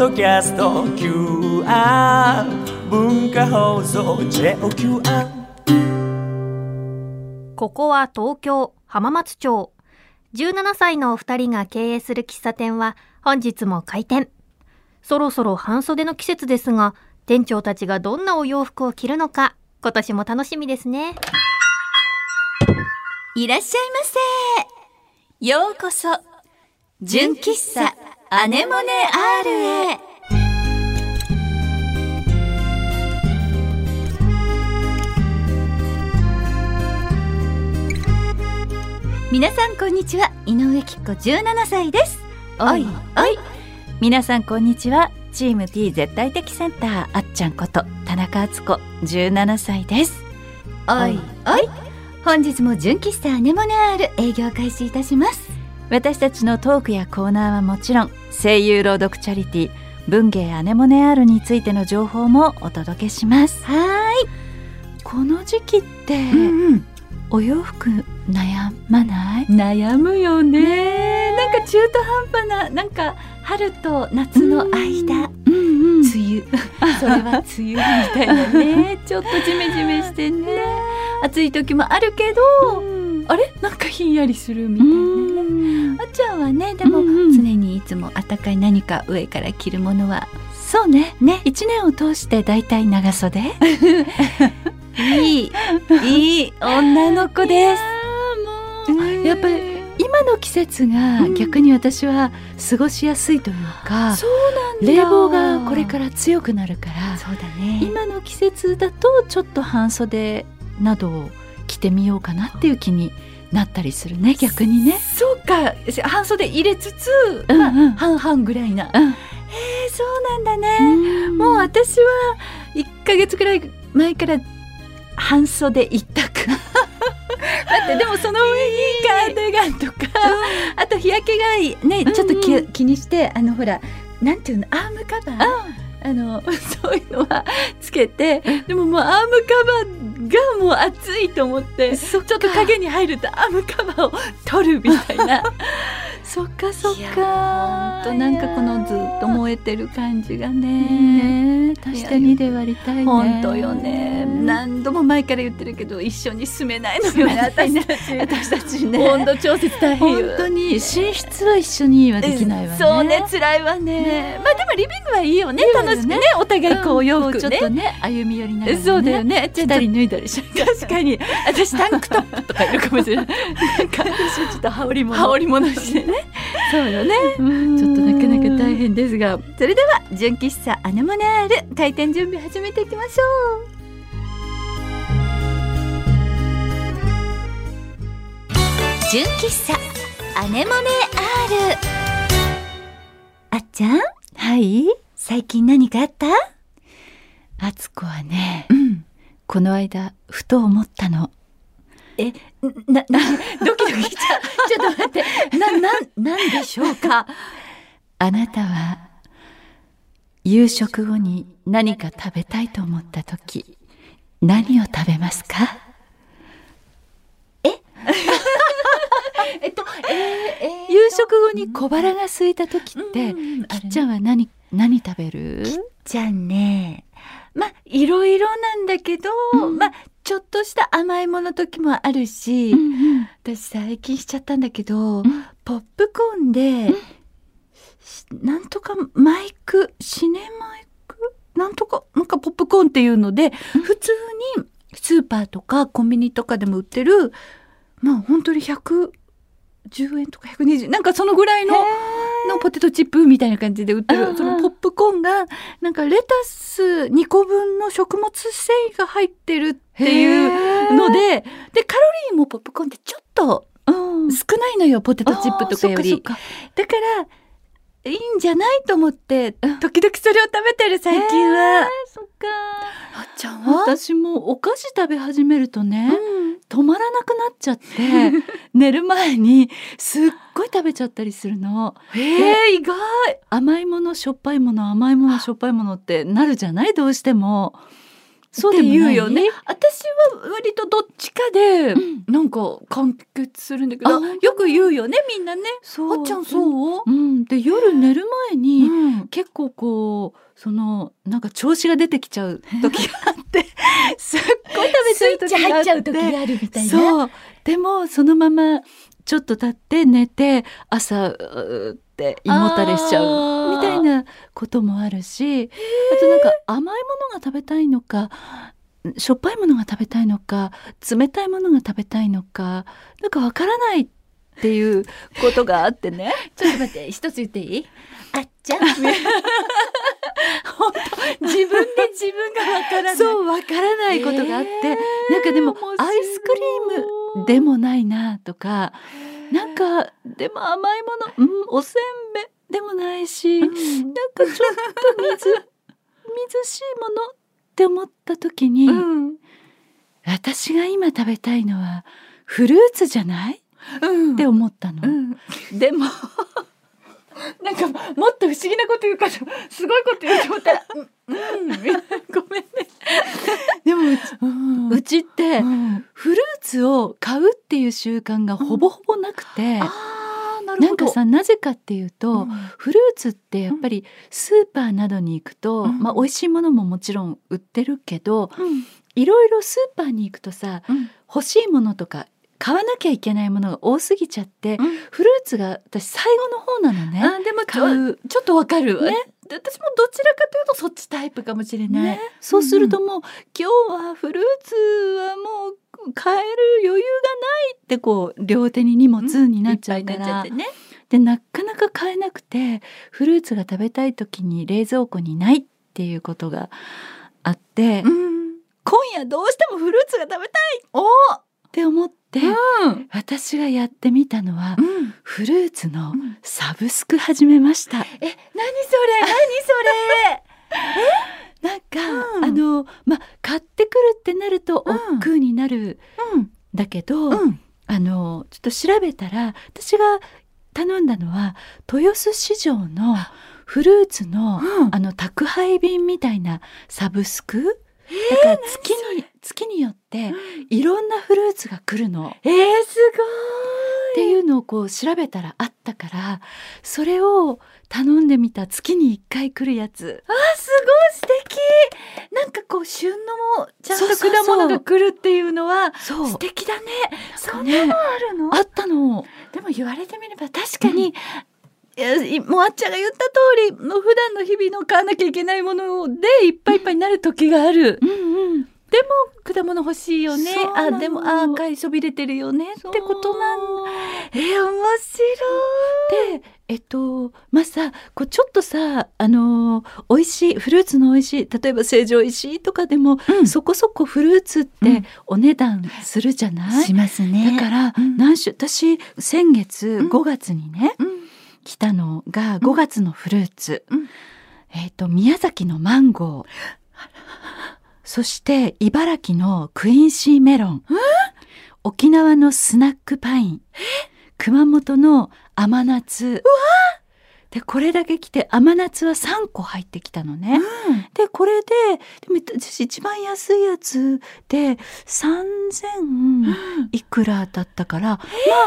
ドキャスト QR 文化放送 JOQR。 ここは東京浜松町。17歳のお二人が経営する喫茶店は本日も開店。そろそろ半袖の季節ですが、店長たちがどんなお洋服を着るのか今年も楽しみですね。 いらっしゃいませ。ようこそ純喫茶アネモネ R へ。皆さんこんにちは、井上貴子17歳です。おいおい。皆さんこんにちは、チーム T 絶対的センターあっちゃんこと田中敦子17歳です。おいおい。本日も純喫茶アネモネ R 営業開始いたします。私たちのトークやコーナーはもちろん、声優朗読チャリティー文芸アネモネ R についての情報もお届けします。はい。この時期って、お洋服悩まない？悩むよね。なんか中途半端な、なんか春と夏の間、梅雨それは梅雨みたいなねちょっとジメジメしてね暑い時もあるけど、あれなんかひんやりするみたいなね。あっちゃんはね、でも常にいつも暖かい何か上から着るものは、そうね、1年を通してだいたい長袖いい女の子です。もうやっぱり今の季節が逆に私は過ごしやすいというか、そうなんだ。冷房がこれから強くなるから、そうだね、今の季節だとちょっと半袖などを着てみようかなっていう気になったりするね、逆にね。そうか、半袖入れつつ、半々ぐらいな、そうなんだね。もう私は1ヶ月くらい前から半袖一択だってでもその上にカーディガンとか、あと日焼けがいいね、ちょっと気にして、ほらなんていうの、アームカバー、そういうのはつけて、でももうアームカバーがもう暑いと思って、ちょっと影に入るとアームカバーを取るみたいなそっかそっか。ほんとなんかこのずっと燃えてる感じがね、足して2で割りたいね。ほんとよね。何度も前から言ってるけど一緒に住めないのよね、私たちね。温度調節大変よ。本当に寝室は一緒にはできないわね。そうね、辛いわね。まあでもリビングはいいよね、楽しくね、お互いこう洋服ね、ちょっとね歩み寄りながらね。そうだよね、着たり脱いだりし確かに私タンクトップとかいるかもしれないなんか私ちょっと羽織物してねそうよね。ちょっとなかなか大変ですが、それでは純喫茶アネモネ R 開店準備始めていきましょう。純喫茶アネモネ R。 あっちゃん。はい、最近何かあった？あつこはね、この間ふと思ったの。ドキドキしちゃう。ちょっと待って、なんでしょうか。あなたは夕食後に何か食べたいと思ったとき、何を食べますか？夕食後に小腹が空いたときって、きっちゃんは何食べる？きっちゃんね、まあいろいろなんだけど、まあちょっとした甘いもの時もあるし、私最近しちゃったんだけど、ポップコーンで、なんとかシネマイクなんとかなんかポップコーンっていうので、普通にスーパーとかコンビニとかでも売ってる、まあ本当に110円とか120円、なんかそのぐらいのポテトチップみたいな感じで売ってる、そのポップコーンがなんかレタス2個分の食物繊維が入ってるっていうので、カロリーもポップコーンってちょっと少ないのよ、ポテトチップとかより。だからいいんじゃないと思って時々それを食べてる最近は。そっか。あっちゃんは？私もお菓子食べ始めるとね、止まらなくなっちゃって寝る前にすっごい食べちゃったりするの。意外。甘いものしょっぱいもの、甘いものしょっぱいものってなるじゃない、どうしても。 そうでもない？ って言うよね。私は割とどっちかでなんか完結するんだけど、よく言うよねみんなね。 そうあっちゃんそう、 で夜寝る前に、 結結構こうなんか調子が出てきちゃう時があってすっごい食べちゃう時があって、 スイッチ入っちゃう時があるみたいな。 そうでもそのままちょっと経って寝て朝って胃もたれしちゃうみたいなこともあるし、あとなんか甘いものが食べたいのかしょっぱいものが食べたいのか冷たいものが食べたいのかなんかわからないっていうことがあってねちょっと待って、一つ言っていい？あっちゃん本当自分で自分がわからない。 そうわからないことがあって、なんかでもアイスクリームでもないなとか、なんかでも甘いもの、おせんべいでもないし、なんかちょっと水しいものって思った時に、私が今食べたいのはフルーツじゃない、って思ったの、でもなんかもっと不思議なこと言うからすごいこと言うと思ったらごめんねでもうちってフルーツを買うっていう習慣がほぼほぼなくて、なんかさなぜかっていうと、フルーツってやっぱりスーパーなどに行くと、美味しいものももちろん売ってるけど、いろいろスーパーに行くとさ、欲しいものとか買わなきゃいけないものが多すぎちゃって、フルーツが私最後の方なのね。 でも買うちょっとわかる、 ね、 私もどちらかというとそっちタイプかもしれない、 そうするともう、今日はフルーツはもう買える余裕がないってこう両手に荷物になっちゃうから、 いっぱいになっちゃってね。 でなかなか買えなくてフルーツが食べたい時に冷蔵庫にないっていうことがあって、今夜どうしてもフルーツが食べたいって思って、私がやってみたのは、フルーツのサブスク始めました。 何それなんか、買ってくるってなると億劫になるだけど、ちょっと調べたら私が頼んだのは豊洲市場のフルーツの、宅配便みたいなサブスクだから月によっていろんなフルーツが来るの。 すごいっていうのをこう調べたらあったから、それを頼んでみた。月に1回来るやつ。 すごい素敵。なんかこう旬のちゃんと果物が来るっていうのは素敵だね。そんなのあるの？ あったの。 でも言われてみれば確かに、もうあっちゃんが言った通りの普段の日々の買わなきゃいけないものでいっぱいいっぱいになる時がある。でも果物欲しいよね。でも買いそびれてるよねってことなんだ。面白い。 でさこうちょっとさ美味しいフルーツの美味しい、例えば成城石井とかでも、そこそこフルーツってお値段するじゃない？ しますね。 だから、私先月5月にね、来たのが5月のフルーツ、宮崎のマンゴー、そして茨城のクインシーメロン、沖縄のスナックパイン、熊本の甘夏で、これだけ来て甘夏は3個入ってきたのね、でこれでも私一番安いやつで3000いくらだったから、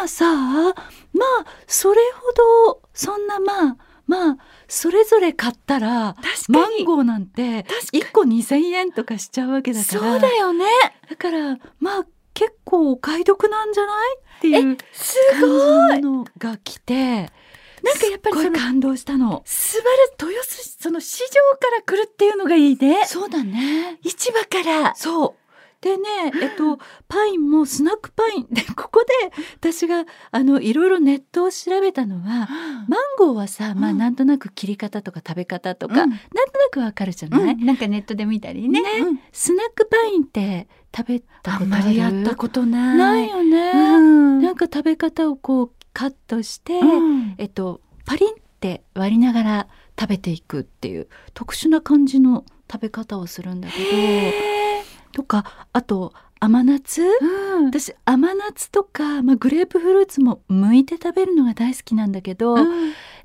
それほどそんなそれぞれ買ったらマンゴーなんて1個2000円とかしちゃうわけだから。 そうだよね。 だから結構お買い得なんじゃないっていうすごい感じのものが来て、 なんかやっぱりすごい感動したの。 素晴らしい。豊洲その市場から来るっていうのがいいね。 そうだね。 市場から。 そうでね、パインもスナックパインで、ここで私がいろいろネットを調べたのは、マンゴーはさ、なんとなく切り方とか食べ方とか、なんとなくわかるじゃない、 なんかネットで見たりね。 スナックパインって食べたことある？ あんまりやったことない。 ないよね、なんか食べ方をこうカットして、パリンって割りながら食べていくっていう特殊な感じの食べ方をするんだけど、とかあと甘夏、私甘夏とか、グレープフルーツも剥いて食べるのが大好きなんだけど、なん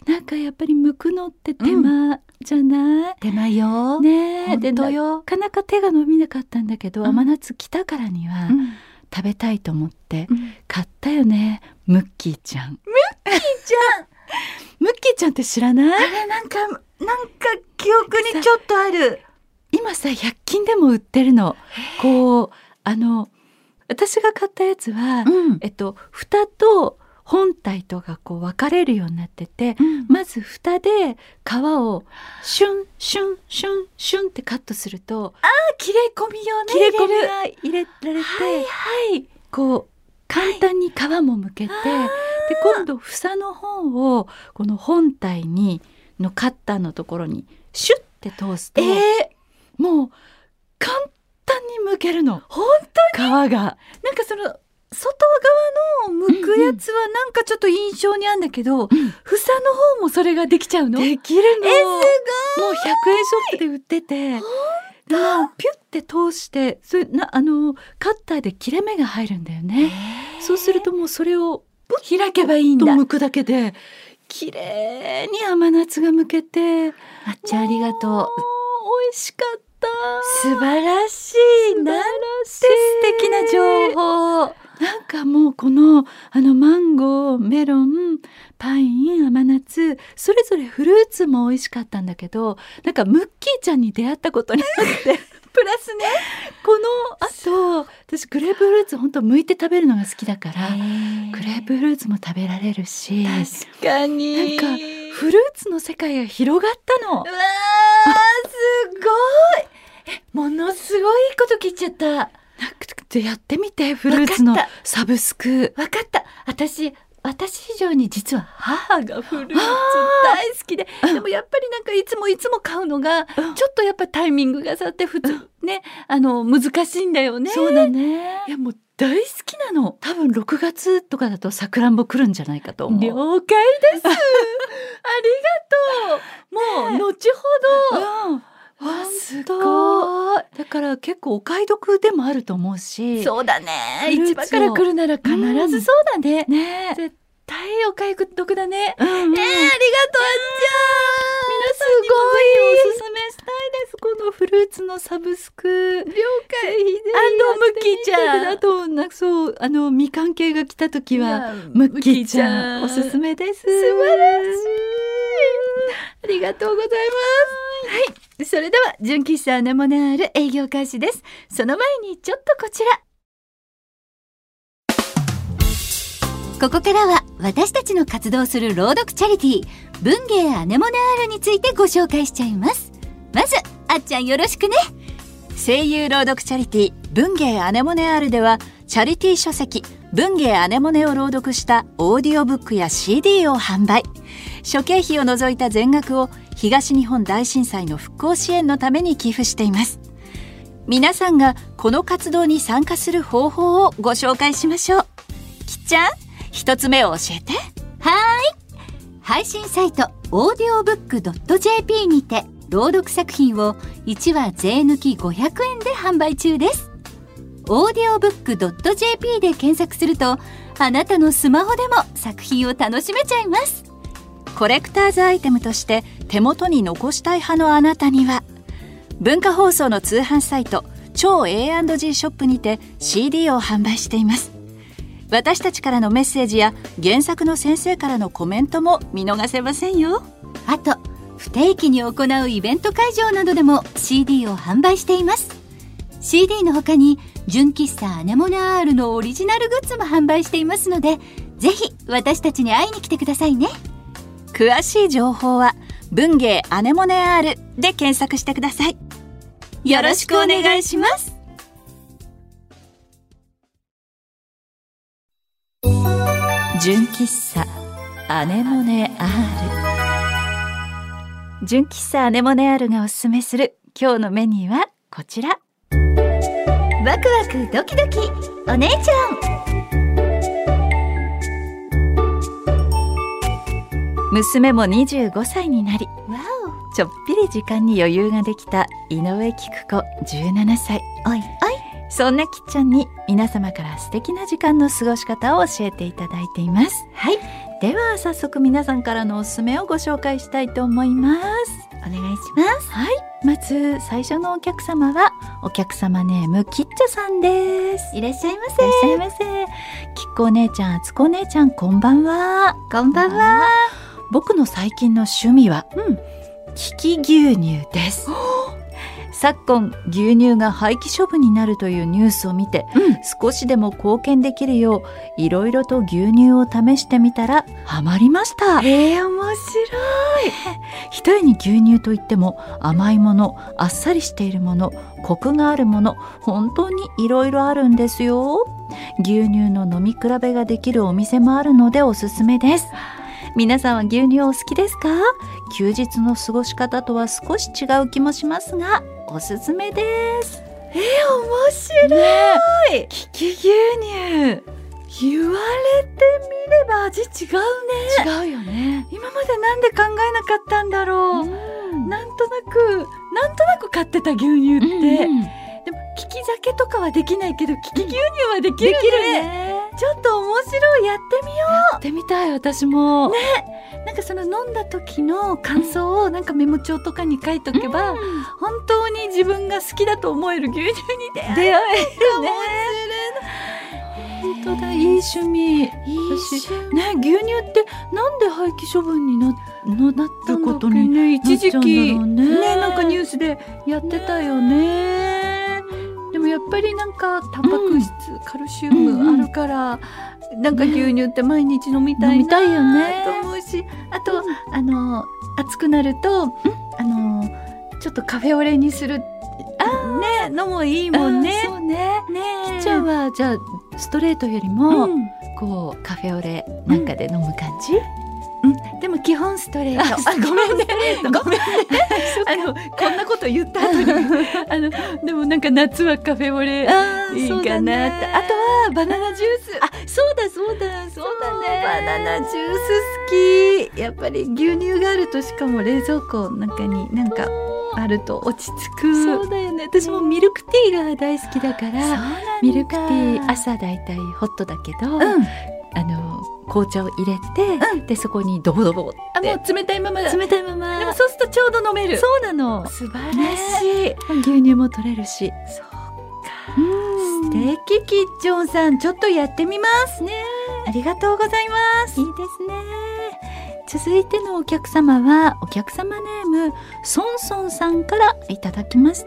なんかやっぱり剥くのって手間じゃない、 手間よねえ。で本当よ。 なかなか手が伸びなかったんだけど、甘夏来たからには食べたいと思って買ったよね、ムッキーちゃん。ムッキーちゃんって知らない？ あれなんか記憶にちょっとある。 今さ100均でも売ってるの。こう私が買ったやつは、蓋と本体とがこう分かれるようになってて、まず蓋で皮をシュンシュンシュンシュンってカットすると、 切れ込みよね。 切れ込みが入れられて、こう簡単に皮も剥けて、で今度房の方をこの本体のカッターのところにシュッて通すと、もう簡単に剥けるの。 本当に皮がなんかその外側の剥くやつはなんかちょっと印象にあるんだけど、房の方もそできちゃうの？ できるの。 すごい。 もう100円ショップで売ってて、もうピュッて通してカッターで切れ目が入るんだよね。そうするともうそれを開けばいいんだ。 剥くだけで綺麗に甘夏が剥けて、 あっちゃんありがとう。 美味しかった。 素晴らしい。なんて素敵な情報。 なんかもうこのマンゴー、メロン、パイン、甘夏、それぞれフルーツも美味しかったんだけど、なんかムッキーちゃんに出会ったことによってプラスね、 この私グレープフルーツ本当剥いて食べるのが好きだから、グレープフルーツも食べられるし、 確かになんかフルーツの世界が広がったの。 うわーすごい。ものすごいこと聞いちゃった。 やってみて、フルーツのサブスク。 わかった。私以上に実は母がフルーツ大好きで、でもやっぱりなんかいつも買うのがちょっとやっぱタイミングがさって普通ね、難しいんだよね。 そうだね。 いやもう大好きなの。 多分6月とかだとさくらんぼ来るんじゃないかと思う。 了解です。ありがとう。もう後ほど。 わすごい。だから結構お買い得でもあると思うし。 そうだね。市場から来るなら必ずそうだね。 ね、 絶対お買い得だね。ありがとう、あっちゃん。 皆さんにもぜひおすすめしたいです。このフルーツのサブスク。 了解。 ムッキーちゃん。あとそうみかん系が来た時はムッキーちゃんおすすめです。 素晴らしい。ありがとうございます。はい。それでは純喫茶アネモネアール営業開始です。その前にちょっとこちら。 ここからは私たちの活動する朗読チャリティー文芸アネモネアールについてご紹介しちゃいます。まずあっちゃんよろしくね。 声優朗読チャリティー文芸アネモネアールでは、チャリティー書籍文芸アネモネを朗読したオーディオブックや CD を販売。諸経費を除いた全額を東日本大震災の復興支援のために寄付しています。皆さんがこの活動に参加する方法をご紹介しましょう。きっちゃん、一つ目を教えて。 配信サイトオーディオブック .jp にて朗読作品を1話税抜き500円で販売中です。オーディオブック .jp で検索すると、あなたのスマホでも作品を楽しめちゃいます。 コレクターズアイテムとして手元に残したい派のあなたには、文化放送の通販サイト超 A&G ショップにて CD を販売しています。私たちからのメッセージや原作の先生からのコメントも見逃せませんよ。 あと不定期に行うイベント会場などでも CD を販売しています。 CD の他に純喫茶アネモネアールのオリジナルグッズも販売していますので、ぜひ私たちに会いに来てくださいね。 詳しい情報は文芸アネモネアールで検索してください。よろしくお願いします。純喫茶アネモネアール。純喫茶アネモネアールがおすすめする今日のメニューはこちら。 ワクワクドキドキお姉ちゃん。 娘も25歳になり、ちょっぴり時間に余裕ができた井上菊子17歳。 おいおい。 そんなきっちゃんに皆様から素敵な時間の過ごし方を教えていただいています。 はい。 では早速皆さんからのおすすめをご紹介したいと思います。 お願いします。 はい、まず最初のお客様はお客様ネームキッチョさんです。 いらっしゃいまいらっしゃいませ。きっこお姉ちゃん、あつこお姉ちゃん、こんばんは。 こんばんは。 僕の最近の趣味は、利き牛乳です。昨今牛乳が廃棄処分になるというニュースを見て、少しでも貢献できるよういろいろと牛乳を試してみたらハマりました。 面白い。 一重に牛乳といっても甘いもの、あっさりしているもの、コクがあるもの、本当にいろいろあるんですよ。牛乳の飲み比べができるお店もあるのでおすすめです。皆さんは牛乳お好きですか？休日の過ごし方とは少し違う気もしますがおすすめです。 面白い。利き牛乳。言われてみれば味違うね。 違うよね。 今までなんで考えなかったんだろう。なんとなく買ってた牛乳って、でも利き酒とかはできないけど利き牛乳はできるね。ちょっと面白い。やってみよう。 やってみたい。私もなんかその飲んだ時の感想をなんかメモ帳とかに書いとけば、本当に自分が好きだと思える牛乳に出会えるね。 本当だ、いい趣味。ね、牛乳ってなんで廃棄処分になったことにね、一時期ね、 なんかニュースでやってたよね。でもやっぱりなんかタンパク質、カルシウムあるから、なんか牛乳って毎日飲みたいなよねと思うし、あと、暑くなると、ちょっとカフェオレにするのもいいもんね。 そうね。きっちゃんはじゃあストレートよりも、こうカフェオレなんかで飲む感じ？ でも基本ストレート。ごめんね。こんなこと言った後にでもなんか夏はカフェオレいいかなって。あとはバナナジュース。そうだね。バナナジュース好き。やっぱり牛乳があると、しかも冷蔵庫の中になんかあると落ち着く。 そうだよね。私もミルクティーが大好きだから、ミルクティー朝だいたいホットだけど、紅茶を入れて、でそこにドボドボってもう冷たいままだ。 冷たいまま。 でもそうするとちょうど飲める。 そうなの。 素晴らしい。 牛乳も取れるし。 そうか。素敵。キッチョンさん、ちょっとやってみますね。ありがとうございます。 いいですね。続いてのお客様はお客様ネームソンソンさんからいただきました。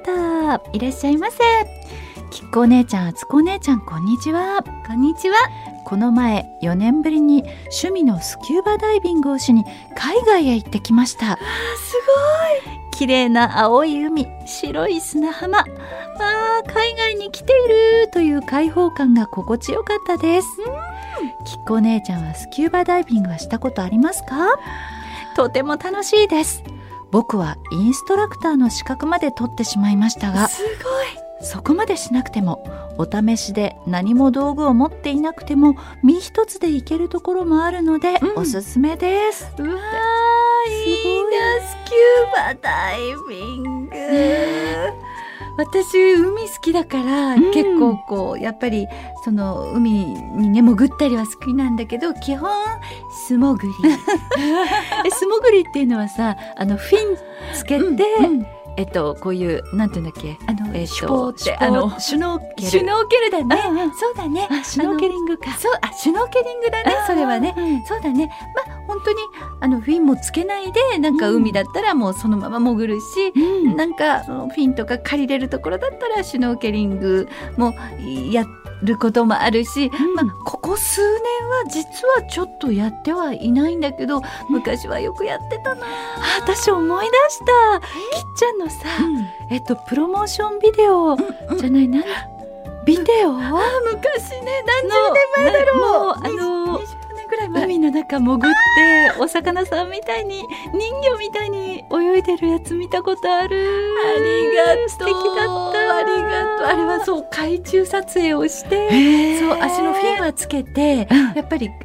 いらっしゃいませ。 きっこお姉ちゃん、あつこお姉ちゃん、こんにちは。 こんにちは。 この前4年ぶりに趣味のスキューバダイビングをしに海外へ行ってきました。 すごい。 綺麗な青い海、白い砂浜、海外に来ているという開放感が心地よかったです。きっこお姉ちゃんはスキューバダイビングはしたことありますか？とても楽しいです。僕はインストラクターの資格まで取ってしまいましたが、 すごい。 そこまでしなくてもお試しで何も道具を持っていなくても身一つで行けるところもあるので、おすすめです。 うわー、いいな、スキューバダイビング。私海好きだから、結構こうやっぱりその海にね潜ったりは好きなんだけど、基本素潜り。 素潜りっていうのはさ、フィンつけて、こういうなんていうんだっけ、 シュポーってシュノーケル。 シュノーケルだね。そうだね。 シュノーケリングか。 そう、シュノーケリングだね。それはね。そうだね。本当にフィンもつけないで、なんか海だったらもうそのまま潜るし、なんかフィンとか借りれるところだったらシュノーケリングもやることもあるし、ここ数年は実はちょっとやってはいないんだけど、昔はよくやってたな。 私思い出した。きっちゃんのさ、プロモーションビデオじゃないな、ビデオ？ 昔ね、何十年前だろう。20年ぐらい前。 海の中潜ってお魚さんみたいに人魚みたいに泳いでるやつ見たことある。 ありがとう。 素敵だった。 ありがとう。あれはそう海中撮影をして、そう足のフィンはつけて、やっぱり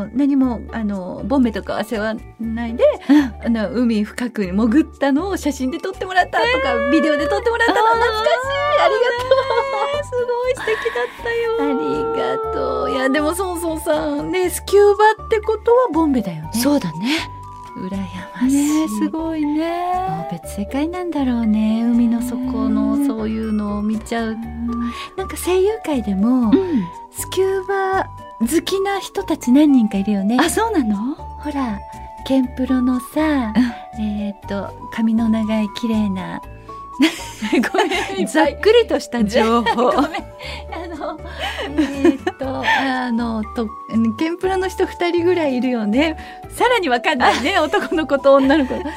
何もボンベとかは世話ないで、海深くに潜ったのを写真で撮ってもらったとかビデオで撮ってもらったの懐かしい。ありがとう。すごい素敵だったよ。ありがとう。いやでもそうさんね、スキューバってことはボンベだよね。 そうだね。 羨ましい、 ね、すごいね。 もう別世界なんだろうね。海の底のそういうのを見ちゃうと、なんか声優界でも、スキューバ好きな人たち何人かいるよね。 あ、そうなの？ ほらケンプロのさ、髪の長い綺麗なごめんざっくりとした情報。 ごめんケンプロの人2人ぐらいいるよね。さらにわかんないね男の子と女の子なんか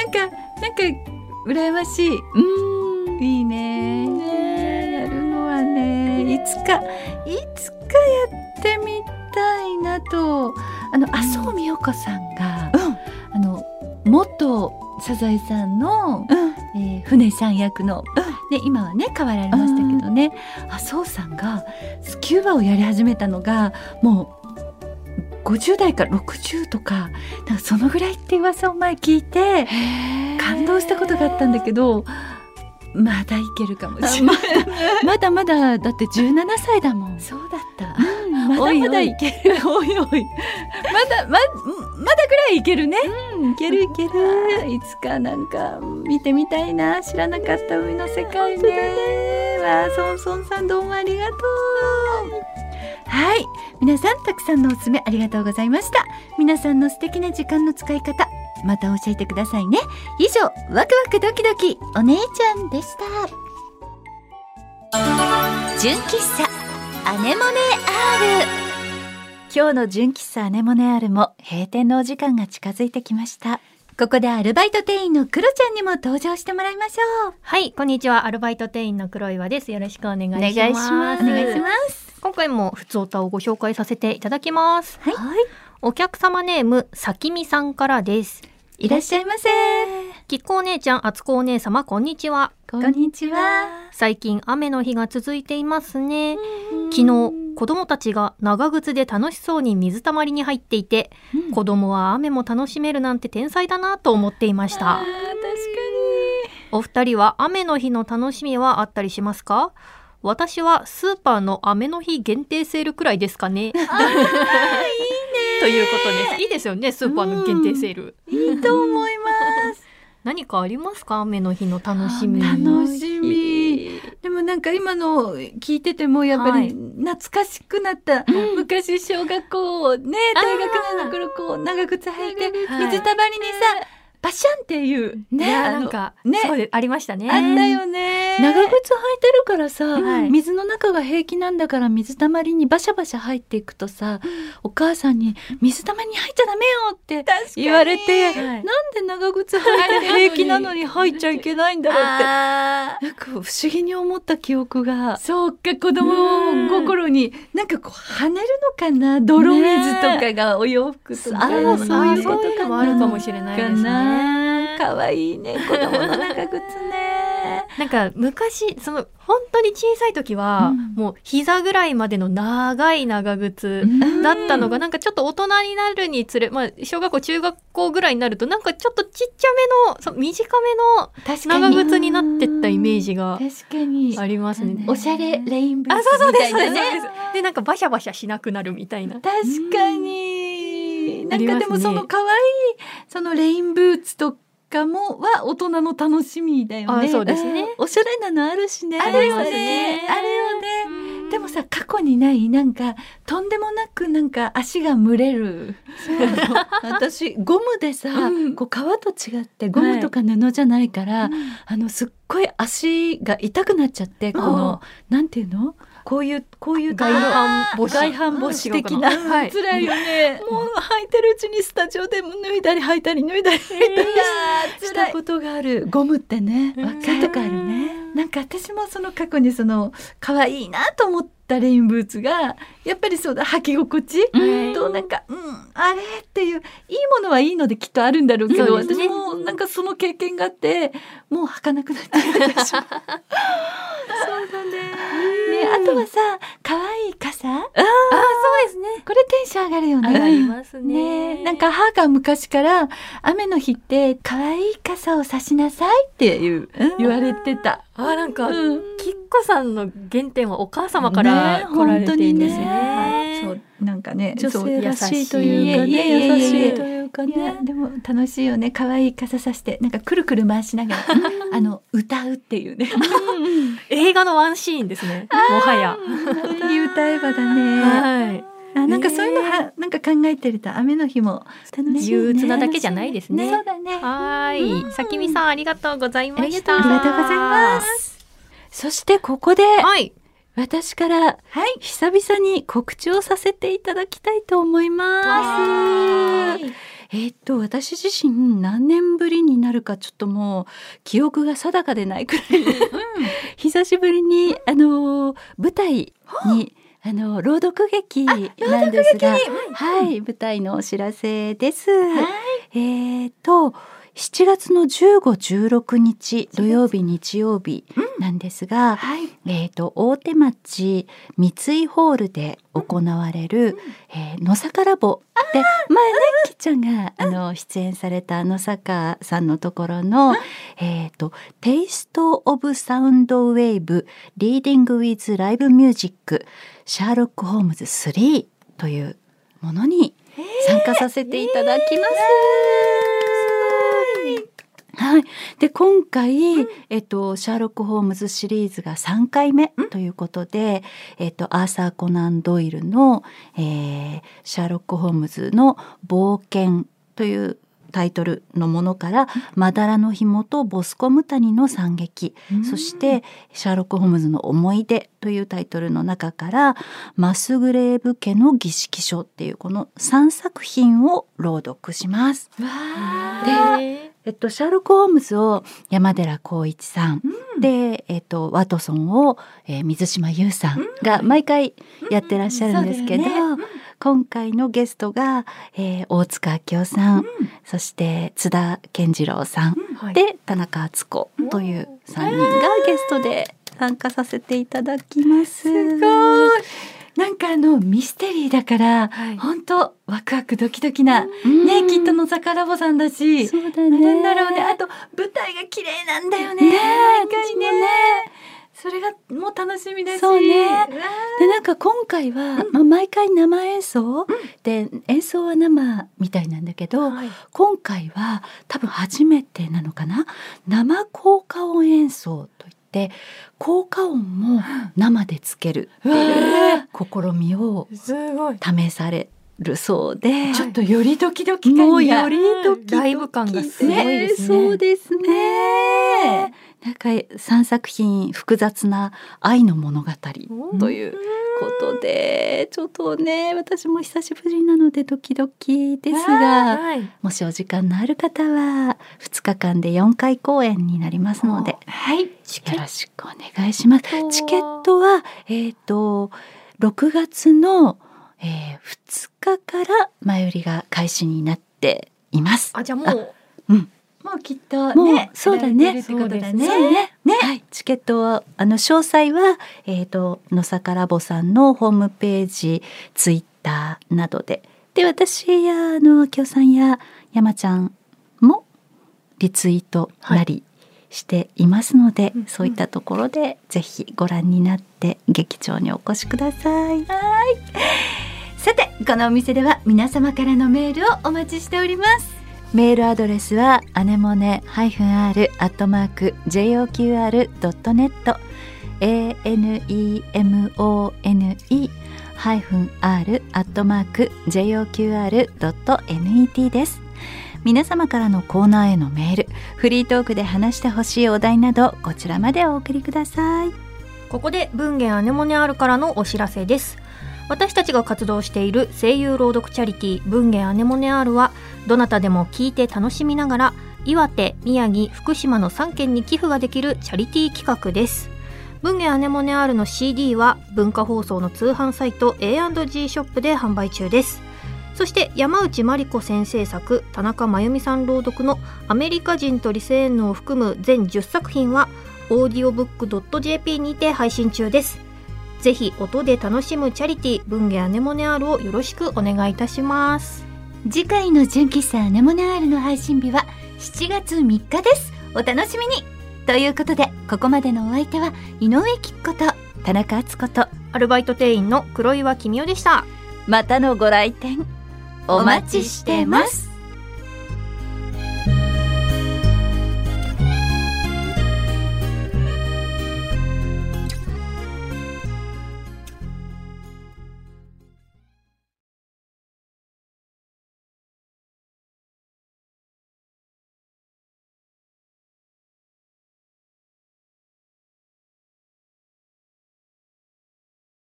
羨ましい。いいね。やるのはね、いつかやってみたいなと。麻生美代子さんが、元サザエさんの、船さん役の、で今はね変わられましたけどね、麻生さんがスキューバをやり始めたのがもう50代から60とか、なんかそのぐらいって噂を前聞いて感動したことがあったんだけど、まだいけるかもしれない。 まだまだだって17歳だもん。 そうだった。 まだまだいける。 おいおい。まだぐらいいけるね。いける。いつかなんか見てみたいな。知らなかった海の世界ね。わあ、ソンさんどうもありがとう。はい、皆さんたくさんのおすすめありがとうございました。皆さんの素敵な時間の使い方また教えてくださいね。以上、ワクワクドキドキお姉ちゃんでした。 純喫茶アネモネ R。 今日の純喫茶アネモネ R も閉店のお時間が近づいてきました。 ここでアルバイト店員のクロちゃんにも登場してもらいましょう。 はい、こんにちは。アルバイト店員の黒岩です。よろしくお願いします。 お願いします。 お願いします。 今回もふつおたをご紹介させていただきます。 はい。 お客様ネームさきみさんからです。 いらっしゃいませ。 きっこお姉ちゃん、あつこお姉様、こんにちは。 こんにちは。 最近雨の日が続いていますね。昨日子供たちが長靴で楽しそうに水たまりに入っていて、子供は雨も楽しめるなんて天才だなと思っていました。 確かに。 お二人は雨の日の楽しみはあったりしますか？私はスーパーの雨の日限定セールくらいですかね。いいねということです。いいですよね、スーパーの限定セール。 いいと思います。 何かありますか？雨の日の楽しみ。 楽しみ。でもなんか今の聞いててもやっぱり懐かしくなった、昔小学校ね、大学の頃こう長靴履いて水たまりにさバシャンっていうね、 なんかね、 そうでありましたね。 あったよね。 長靴履いてるからさ、水の中が平気なんだから水たまりにバシャバシャ入っていくとさ、お母さんに水たまりに入っちゃダメよって言われて、なんで長靴履いて平気なのに入っちゃいけないんだろうってなんか不思議に思った記憶が。 そうか、子供心になんかこう跳ねるのかな、泥水とかがお洋服とか、 そういうことかもあるかもしれないですね。 かわいいね、子供の長靴ね。 なんか昔その本当に小さい時は、もう膝ぐらいまでの長い長靴だったのが、なんかちょっと大人になるにつれ、小学校中学校ぐらいになるとなんかちょっとちっちゃめの短めの長靴になってったイメージがありますね。 おしゃれレインブーツみたいなね。 でなんかバシャバシャしなくなるみたいな。 確かに、なんかでもその可愛いそのレインブーツとかもは大人の楽しみだよね。 そうですね。 おしゃれなのあるしね。 ありますね。 あれよね。でもさ、過去にないなんかとんでもなくなんか足が蒸れる。 私ゴムでさ、こう革と違ってゴムとか布じゃないから、すっごい足が痛くなっちゃって、このなんていうの？こういう外反母趾的な、 辛いよね。 もう履いてるうちにスタジオでも脱いだり履いたりしたことがある。ゴムってね、そういうとこあるね。 なんか私もその過去にその可愛いなと思ったレインブーツがやっぱりそうだ、履き心地となんか、あれっていう、いいものはいいのできっとあるんだろうけど、私もなんかその経験があってもう履かなくなっちゃったでしょ。そうだね。あとはさ、可愛い傘。 そうでですね。 これテンション上がるよ上がね。 りますね。 なんか母が昔から雨の日って可愛い傘を差しなさいって言われてた。 なんか、 うんきっこさんの原点はお母様から来られてるんですね。 そうなんかね、 女性らしいというかね、 優しい優しいというかね。でも楽しいよね。可愛い傘さしてなんかくるくる回しながら歌うっていうね。 映画のワンシーンですね。もはや。 いい歌えばだね。 はい。 なんかそういうのなんか考えてると雨の日も楽しいね。 憂鬱なだけじゃないですね。 そうだね。 はい。さきみさんありがとうございました。 ありがとうございます。そしてここで、 はい。 私から久々に告知をさせていただきたいと思います。私自身何年ぶりになるかちょっともう記憶が定かでないくらい、久しぶりに舞台に朗読劇なんですが、舞台のお知らせです。7月の15、16日土曜日日曜日なんですが、大手町三井ホールで行われる、野坂ラボで前ねきっちゃんが出演された野坂さんのところの、テイストオブサウンドウェーブリーディングウィズライブミュージックシャーロックホームズ3というものに参加させていただきます。で今回、シャーロック・ホームズシリーズが3回目ということで、アーサー・コナン・ドイルの、シャーロック・ホームズの冒険というタイトルのものからまだらの紐とボスコムタニの惨劇、そしてシャーロック・ホームズの思い出というタイトルの中からマスグレーブ家の儀式書っていうこの3作品を朗読します。でシャーロック・ホームズを山寺宏一さん、で、ワトソンを、水島優さんが毎回やってらっしゃるんですけど、今回のゲストが、大塚明夫さん、そして津田健次郎さん、で田中敦子という3人がゲストで参加させていただきます。すごい。なんかミステリーだから、本当ワクワクドキドキな、ね、きっと野坂ラボさんだし、そうだね。なんだろうね。あと舞台が綺麗なんだよね。毎回ね。それがもう楽しみだし。そうね。でなんか今回は、毎回生演奏、で演奏は生みたいなんだけど、今回は多分初めてなのかな。生効果音演奏といって。効果音も生でつけるっていう試みを試されるそうで、ちょっとよりドキドキ感が、もうよりドキドキライブ感がすごいですね。 そうですね。なんか3作品複雑な愛の物語ということで、ちょっとね私も久しぶりなのでドキドキですが、もしお時間のある方は2日間で4回公演になりますので、よろしくお願いします。チケットは6月の、2日から前売りが開始になっています。 じゃあもうもうきっとね、そうだね、そうだね。チケットは詳細は野坂ラボさんのホームページ、ツイッターなどで、私や明夫さんや山ちゃんもリツイートなりしていますので、そういったところでぜひご覧になって劇場にお越しください。さて、このお店では皆様からのメールをお待ちしております。メールアドレスはアネモネ-r@joqr.net anemone-r@joqr.net です。皆様からのコーナーへのメール、フリートークで話してほしいお題などこちらまでお送りください。 ここで文芸アネモネアルからのお知らせです。私たちが活動している声優朗読チャリティー文芸アネモネアールはどなたでも聞いて楽しみながら岩手、宮城、福島の3県に寄付ができるチャリティー企画です。文芸アネモネアールの CD は文化放送の通販サイト A&G ショップで販売中です。そして山内真理子先生作、田中真由美さん朗読のアメリカ人とリセーヌを含む全10作品は audiobook.jp にて配信中です。 ぜひ音で楽しむチャリティー文芸アネモネアールをよろしくお願いいたします。 次回の純喫茶アネモネアールの配信日は7月3日です。お楽しみに。ということで、ここまでのお相手は井上貴子と田中敦子とアルバイト店員の黒岩君代でした。 またのご来店お待ちしてます。